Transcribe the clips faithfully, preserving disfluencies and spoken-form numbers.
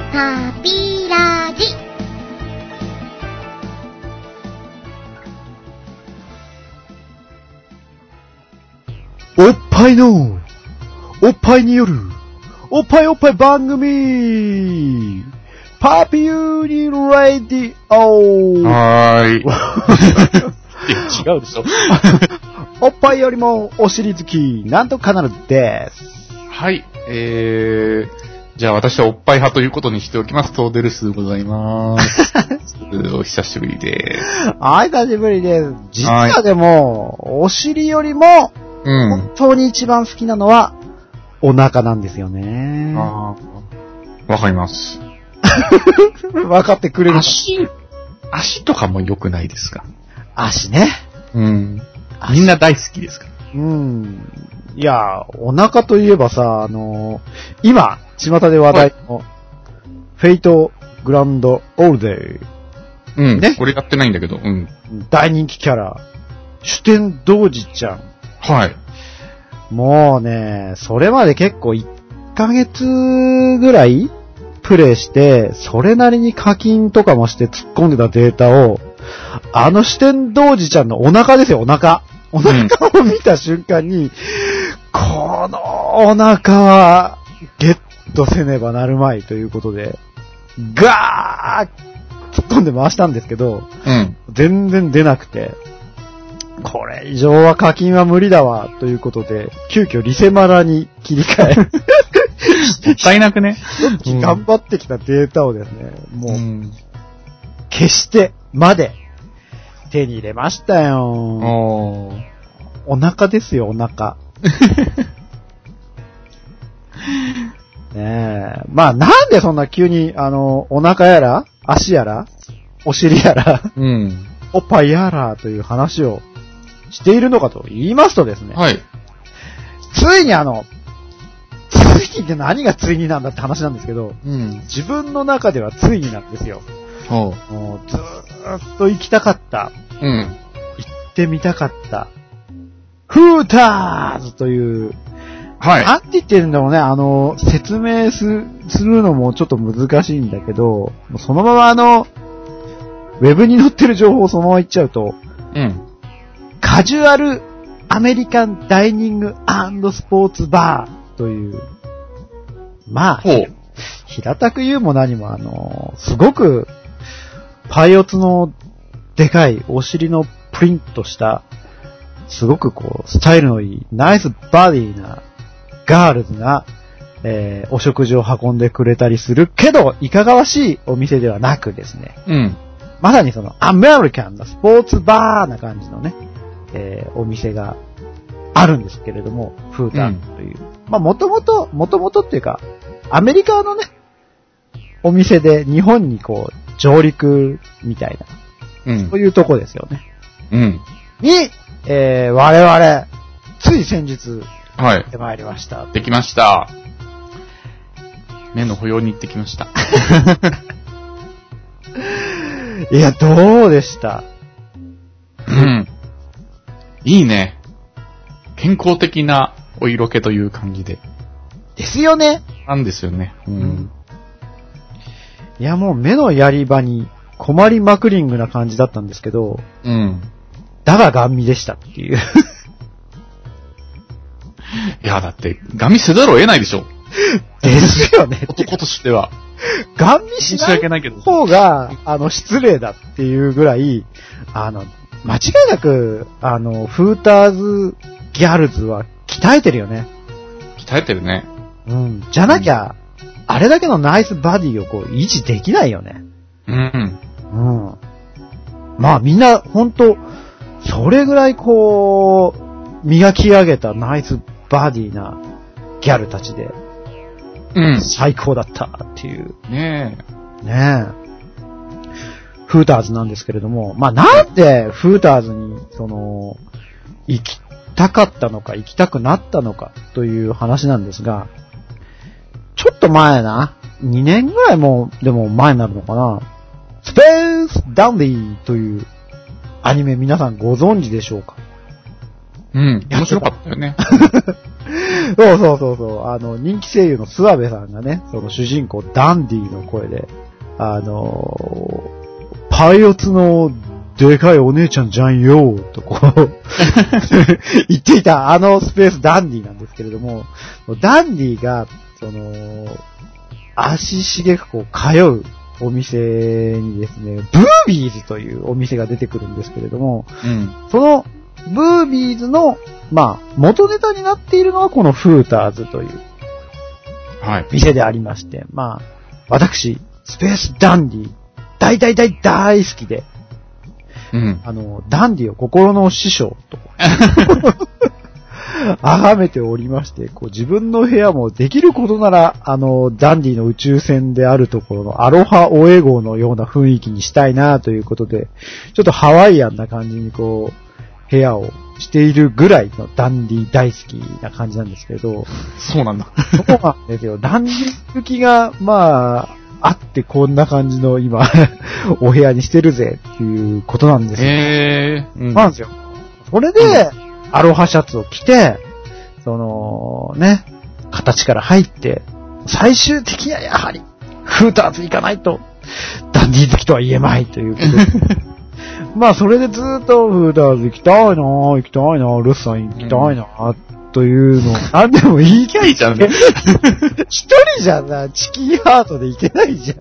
パピラジ。 おっぱいのおっぱいによるおっぱいおっぱい番組パピユーニラディオ。 はーい。違うでしょ。 おっぱいよりもお尻好きなんとかなるです。 はい。えー、じゃあ私はおっぱい派ということにしておきます。トーデルスでございます。お久しぶりです。 はい、久しぶりです。実はでも、お尻よりも、 うん、 本当に一番好きなのは、お腹なんですよね。 あー、わかります。 分かってくれる。 足、足とかも良くないですか？ 足ね。 うん。みんな大好きですか？ うん。いや、お腹といえばさ、あのー、今、巷で話題の、フェイトグランドオールデイ。 うん。 ね。 これやってないんだけど、うん。 大人気キャラ、主典童子ちゃん。 はい。 もうね、それまで結構いっかげつぐらいプレイして、それなりに課金とかもして突っ込んでたデータを、あの主典童子ちゃんのお腹ですよ、お腹。お腹を見た瞬間に、うん、このお腹はゲットせねばなるまいということで、ガー突っ込んで回したんですけど、 うん、 全然出なくて、これ以上は課金は無理だわ、ということで、急遽リセマラに切り替え。もったいなくね。 頑張ってきたデータをですね、もう、うん、消してまで手に入れましたよ。 お, お腹ですよ、お腹。ねえ。まあ、なんでそんな急に、あの、お腹やら、足やら、お尻やら、 うん、 おっぱいやらという話をしているのかと言いますとですね。 はい。 ついにあの、ついにって何がついになんだって話なんですけど、 うん、 自分の中ではついになんですよ。 おもうずーっと行きたかった。 うん。 行ってみたかった。フーターズという、 はい。 なんて言ってるんだろうね、あの、説明す、するのもちょっと難しいんだけど、そのままあの、ウェブに載ってる情報をそのまま言っちゃうと、 うん。 カジュアルアメリカンダイニング&スポーツバーという、まあ、平たく言うも何もあの、すごく、パイオツのでかいお尻のプリントした、すごくこう、スタイルのいい、ナイスバディな、ガールズが、えー、お食事を運んでくれたりするけど、いかがわしいお店ではなくですね。 うん。 まさにその、アメリカンなスポーツバーな感じのね、えー、お店があるんですけれども、フーターという。うん、まあ、もともと、もともとっていうか、アメリカのね、お店で日本にこう、上陸みたいな、うん、そういうとこですよね。 うん。 に、えー、我々、つい先日、 はい。 行ってまいりました。 できました。目の保養に行ってきました。 いや、どうでした？ うん。いいね。健康的なお色気という感じで。 ですよね。 なんですよね。うん。うん、 いや、もう目のやり場に困りまくりングな感じだったんですけど、 うん。 だがガン見でしたっていう。 いや、だって、ガン見せざるを得ないでしょ。 ですよね。 男としては。 ガン見しない方が、あの、失礼だっていうぐらい、あの、間違いなく、あの、フーターズギャルズは鍛えてるよね。 鍛えてるね。 うん。じゃなきゃ、うん、あれだけのナイスバディをこう、維持できないよね。 うん。 うん。まあみんな、ほんと、それぐらいこう、磨き上げたナイスバディなギャルたちで、 うん。 最高だったっていう。 ねえ。ねえ。フーターズなんですけれども、まあなんでフーターズに、その、行きたかったのか、行きたくなったのかという話なんですが、ちょっと前な、にねんぐらいも、でも前になるのかな、スペースダンディというアニメ皆さんご存知でしょうか？ うん。面白かったよね。 そうそうそうそう。あの、人気声優の諏訪部さんがね、その主人公ダンディの声で、あのー、パイオツのでかいお姉ちゃんじゃんよーとこう、言っていたあのスペースダンディなんですけれども、ダンディが、その、足しげくこう通うお店にですね、ブービーズというお店が出てくるんですけれども、 うん、 そのブービーズの、まあ、元ネタになっているのはこのフーターズという店でありまして、はい、まあ、私、スペースダンディ、大大大大好きで、 うん、 あの、ダンディを心の師匠と、崇めておりまして、こう自分の部屋もできることなら、あの、ダンディの宇宙船であるところのアロハオエ号のような雰囲気にしたいなということで、ちょっとハワイアンな感じにこう、部屋をしているぐらいのダンディ大好きな感じなんですけど。 そうなんだ。 そうなんですよ。ダンディ好きが、まあ、あってこんな感じの今、お部屋にしてるぜっていうことなんですよ。 へー。うん、 なんですよ。それで、うんアロハシャツを着て、その、ね、形から入って、最終的にはやはり、フーターズ行かないと、ダンディー好きとは言えないということで。まあ、それでずーっと、フーターズ行きたいなぁ、行きたいなぁ、ルッさん行きたいなぁ、というのを、なんでも言いたいじゃんね。一人じゃな、チキンハートで行けないじゃん。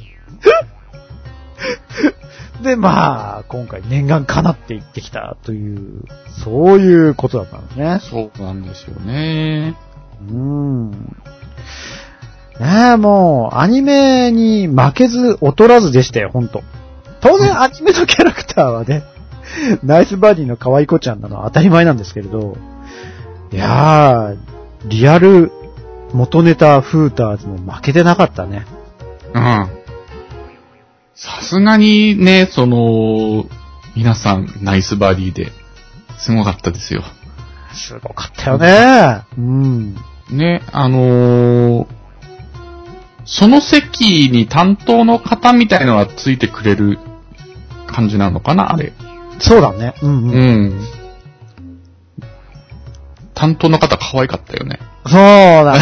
で、まあ、今回念願叶って行ってきたという、そういうことだったんですね。 そうなんですよね。 うーん。ねえ、もう、アニメに負けず劣らずでしたよ、ほんと。当然、アニメのキャラクターはね、ナイスバディの可愛い子ちゃんなのは当たり前なんですけれど、いやー、リアル元ネタフーターズも負けてなかったね。 うん。さすがにね、その、皆さんナイスバディで、すごかったですよ。 すごかったよね。うん。 ね、あのー、その席に担当の方みたいのはついてくれる感じなのかな、あれ。 そうだね。うん、うん。うん。 担当の方可愛かったよね。 そうだね。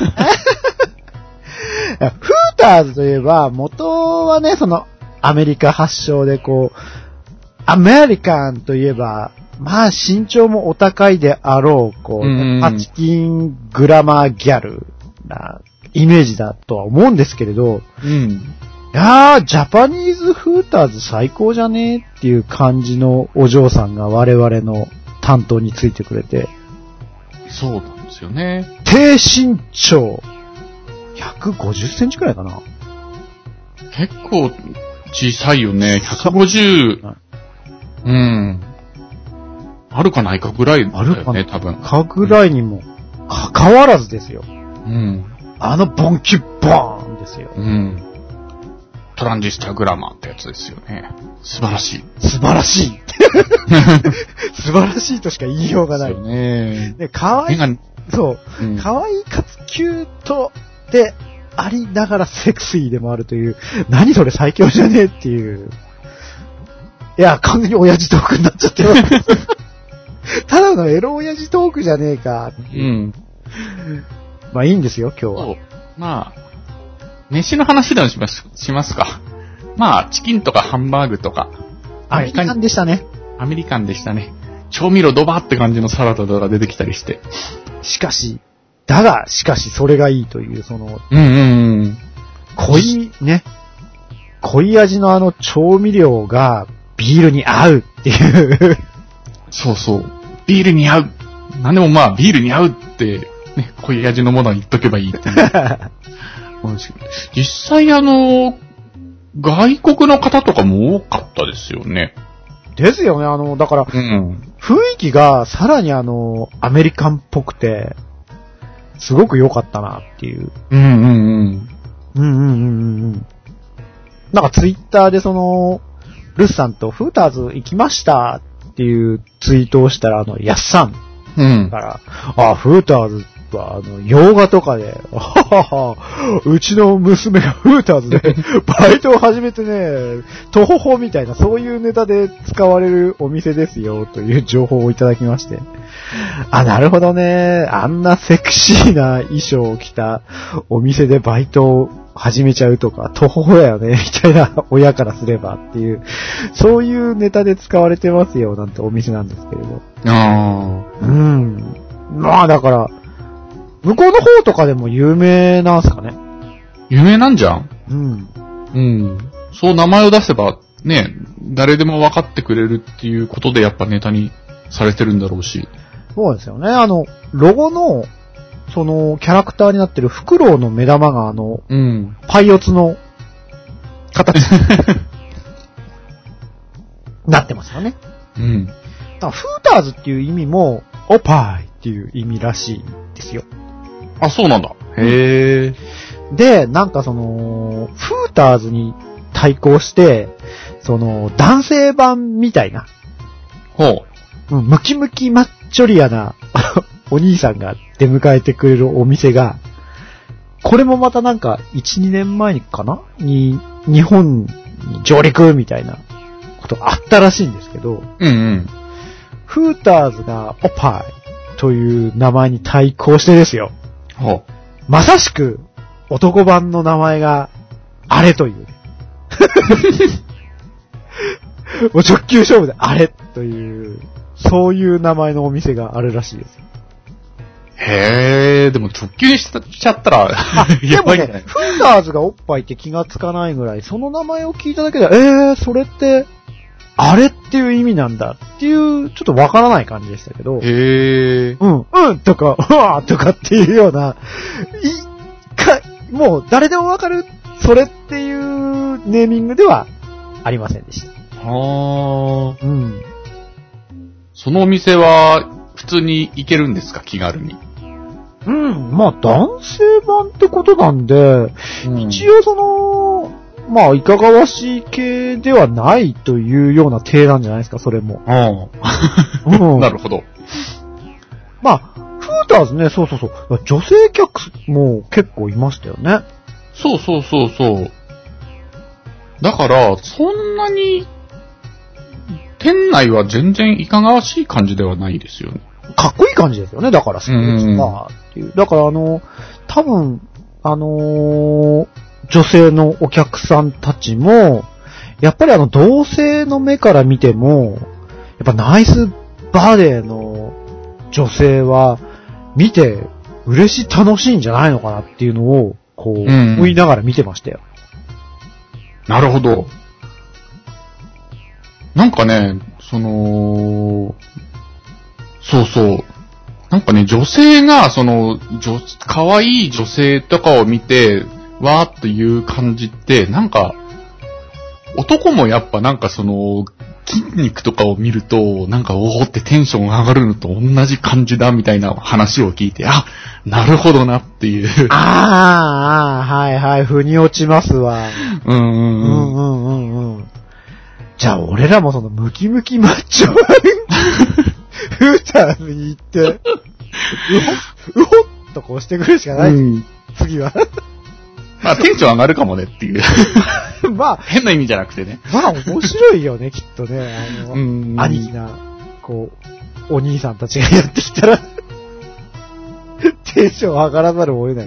フーターズといえば、元はね、その、アメリカ発祥でこう、アメリカンといえば、まあ身長もお高いであろう、こう、ね、パチキングラマーギャルなイメージだとは思うんですけれど、 うん。 いやー、ジャパニーズフーターズ最高じゃねーっていう感じのお嬢さんが我々の担当についてくれて。 そうなんですよね。 低身長。ひゃくごじゅっセンチくらいかな。 結構小さいよね。ひゃくごじゅう。うん。あるかないかぐらいだよね、あるか多分。 かぐらいにも、かかわらずですよ。 うん。 あのボンキュッボーンですよ。 うん。トランジスタグラマーってやつですよね。素晴らしい。 素晴らしい。素晴らしいとしか言いようがない。 ですよね。 で、かわいい。そう。うん、かわいいかつキュートでありながらセクシーでもあるという、何それ最強じゃねえっていう。いや、完全に親父トークになっちゃってます。ただのエロ親父トークじゃねえか。 うん。 まあいいんですよ、今日は。 まあ、飯の話でもします、しますか。まあ、チキンとかハンバーグとか。 アメリカンでしたね。 アメリカンでしたね。調味料ドバーって感じのサラダとか出てきたりして。 しかし、だが、しかしそれがいいという、その、 うんうんうん。 濃い、ね。濃い味のあの調味料がビールに合うっていう。 そうそう。ビールに合う。なんでもまあ、ビールに合うって、ね、濃い味のものは言っとけばいいっていう。実際あの、外国の方とかも多かったですよね。 ですよね、あの、だから、うん、雰囲気がさらにあの、アメリカンっぽくて、すごく良かったなっていう。 うんうんうん。 うんうんうんうん。なんかツイッターでその、ルスさんとフーターズ行きましたっていうツイートをしたら、あの、ヤッサンから、うん、あ、フーターズは、あの、洋画とかで、ははは、うちの娘がフーターズでバイトを始めてね、トホホみたいな、そういうネタで使われるお店ですよ、という情報をいただきまして。 あ、なるほどね。あんなセクシーな衣装を着たお店でバイトを始めちゃうとか、途方だよね、みたいな親からすればっていう、そういうネタで使われてますよ、なんてお店なんですけれど。 ああ。うん。まあだから、向こうの方とかでも有名なんすかね。 有名なんじゃん。 うん。 うん。そう名前を出せば、ね、誰でも分かってくれるっていうことでやっぱネタにされてるんだろうし。 そうですよね。あの、ロゴの、その、キャラクターになってるフクロウの目玉があの、 うん。 パイオツの形なってますよね。 うん。 だからフーターズっていう意味も、おっぱいっていう意味らしいんですよ。 あ、そうなんだ。へえ。 で、なんかその、フーターズに対抗して、その、男性版みたいな、 ほう。 うん、ムキムキマッチョリアなお兄さんが出迎えてくれるお店が、これもまたなんか、いち、にねんまえにかなに、日本に上陸みたいなことがあったらしいんですけど、 うんうん。 フーターズがおっぱいという名前に対抗してですよ。 ほう。 まさしく、男版の名前が、あれという、ね。もう直球勝負であれという、そういう名前のお店があるらしいですよ。 へえ、でも直球にしちゃったら、 でもね、フーターズがおっぱいって気がつかないぐらい、その名前を聞いただけで、えー、それって、あれっていう意味なんだっていう、ちょっとわからない感じでしたけど、 へえ。 うん、うんとか、うわーとかっていうような、い、か、もう誰でもわかる、それっていうネーミングではありませんでした。 はあ。 うん。 そのお店は、普通に行けるんですか、気軽に。 うん、まあ男性版ってことなんで、うん、一応その、まあいかがわしい系ではないというような体なんじゃないですか、それも。 ああ。うん、なるほど。 まあ、フーターズね、そうそうそう。女性客も結構いましたよね。 そうそうそうそう。だから、そんなに、店内は全然いかがわしい感じではないですよね。 かっこいい感じですよね、だからスポーツバーっていう。だからあの、多分、あのー、女性のお客さんたちも、やっぱりあの、同性の目から見ても、やっぱナイスバデーの女性は、見て嬉しい、楽しいんじゃないのかなっていうのを、こう、思いながら見てましたよ。 なるほど。なんかね、その、そうそう。なんかね、女性が、その、女、可愛い女性とかを見て、わーっという感じって、なんか、男もやっぱなんかその、筋肉とかを見ると、なんかおーってテンション上がるのと同じ感じだみたいな話を聞いて、あ、なるほどなっていう。 ああ、はいはい、腑に落ちますわ。 うんうんうん。 うんうんうんうん。じゃあ俺らもそのムキムキマッチョフーターズに行って、うほ、うほっとこうしてくるしかない。うん、次は。 まあテンション上がるかもねっていう。 まあ。 変な意味じゃなくてね。 まあ面白いよね、きっとね。あの、うんうん、兄貴な、こう、お兄さんたちがやってきたら、テンション上がらざるを得ない。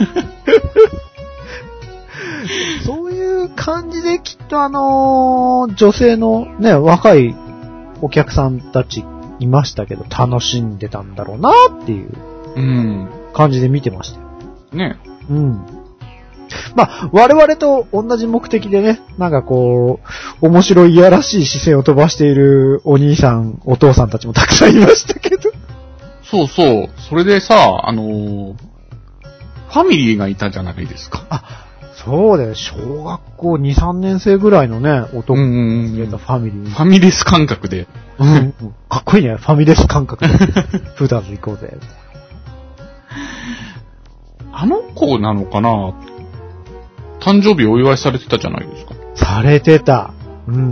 そういう感じできっとあのー、女性のね、若いお客さんたちいましたけど、楽しんでたんだろうなっていう感じで見てましたよ。 ね。 うん。まあ、我々と同じ目的でね、なんかこう、面白いいやらしい視線を飛ばしているお兄さん、お父さんたちもたくさんいましたけど。 そうそう。それでさ、あのー、ファミリーがいたじゃないですか。 あ、そうだよ。小学校に、さんねん生ぐらいのね、男が連れたファミリー、うんうん。 ファミレス感覚で。 うん、かっこいいね。ファミレス感覚で。フーターズ行こうぜ。 あの子なのかな？誕生日お祝いされてたじゃないですか。 されてた。うん。うん。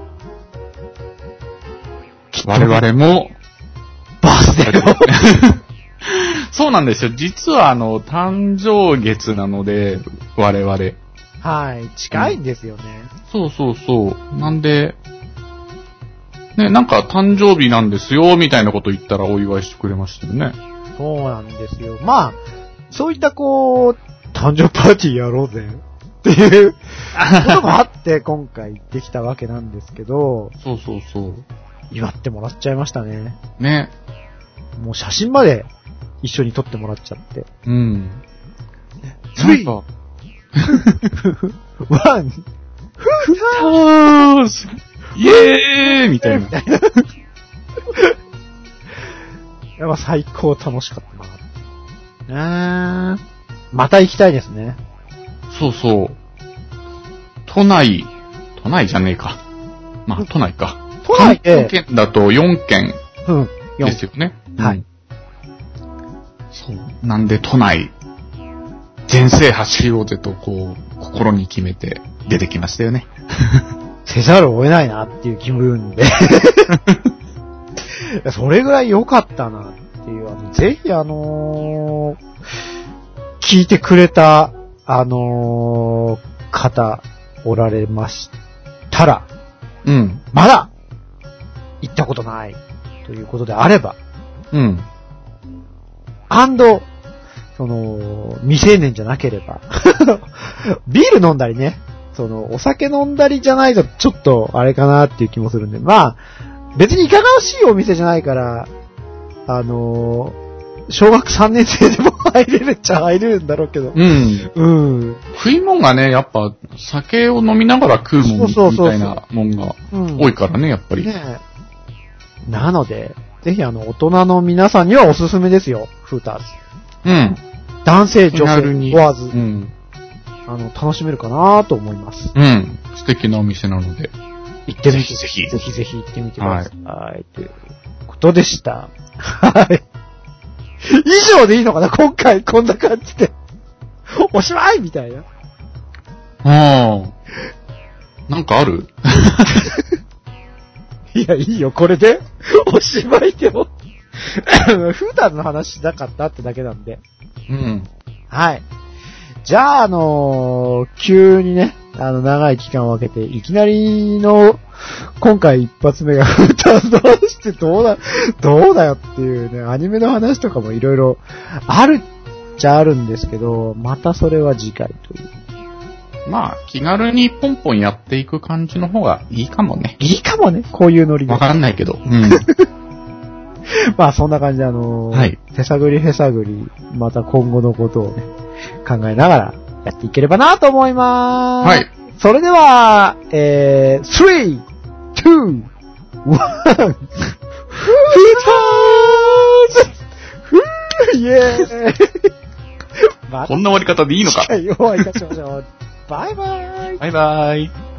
我々も、 バースデーを。 そうなんですよ。実はあの、誕生月なので、我々。 はい。近いんですよね。 うん、そうそうそう。なんで、 ね、なんか誕生日なんですよ、みたいなこと言ったらお祝いしてくれましたよね。 そうなんですよ。まあ、そういったこう、誕生パーティーやろうぜっていうことがあって今回行ってきたわけなんですけど、 そうそうそう。 祝ってもらっちゃいましたね。 ね。 もう写真まで一緒に撮ってもらっちゃって。 うん。 スリーワンフーターズイエーイみたいな。 やっぱ最高楽しかったな。あー、また行きたいですね。 そうそう。都内、都内じゃねえか。まあ、都内か。 都内で。 関東圏だとよんけんうん。 ですよね。 はい、うん。 そう。なんで都内、全制覇しようぜと、こう、心に決めて出てきましたよね。 せざるを得ないなっていう気分で。それぐらい良かったなっていう、あの、ぜひあのー、聞いてくれた、あのー、方、おられましたら、 うん。 まだ、行ったことない、ということであれば、 うん。 アンド、その、未成年じゃなければ、ビール飲んだりね、その、お酒飲んだりじゃないと、ちょっと、あれかなっていう気もするんで、まあ、別にいかがわしいお店じゃないから、あのー、小学さんねん生でも入れるっちゃ入れるんだろうけど。 うん。 うん。 食い物がね、やっぱ、酒を飲みながら食うもんみたいなもんが多いからね、やっぱり。 ねえ。なので、ぜひあの、大人の皆さんにはおすすめですよ、フーターズ。 うん。 男性、女性、問わず。 うん。 あの、楽しめるかなと思います。 うん。素敵なお店なので。 行ってみて、 ぜひぜひ。 ぜひぜひ行ってみてください。はい。ということでした。はい。以上でいいのかな今回こんな感じで。おしまいみたいな。 ああ。なんかあるいや、いいよ、これで。おしまいでも。フーターズの話しなかったってだけなんで。 うん。 はい。じゃあ、あのー、急にね、あの、長い期間を空けて、いきなりの、今回一発目がフーターズの話ってどうだ、どうだよっていうね、アニメの話とかもいろいろあるっちゃあるんですけど、またそれは次回という。 まあ、気軽にポンポンやっていく感じの方がいいかもね。 いいかもね、こういうノリで。 わかんないけど。うん。 まあ、そんな感じで、あのー、 はい。 手探り手探り、また今後のことをね、考えながらやっていければなと思いまーす。 はい。 それでは、えー、スリー、ツー、ワン、フーターズフーイェーイこんな終わり方でいいのか。 お会いいたしましょう。バイバイ。 バイバイ。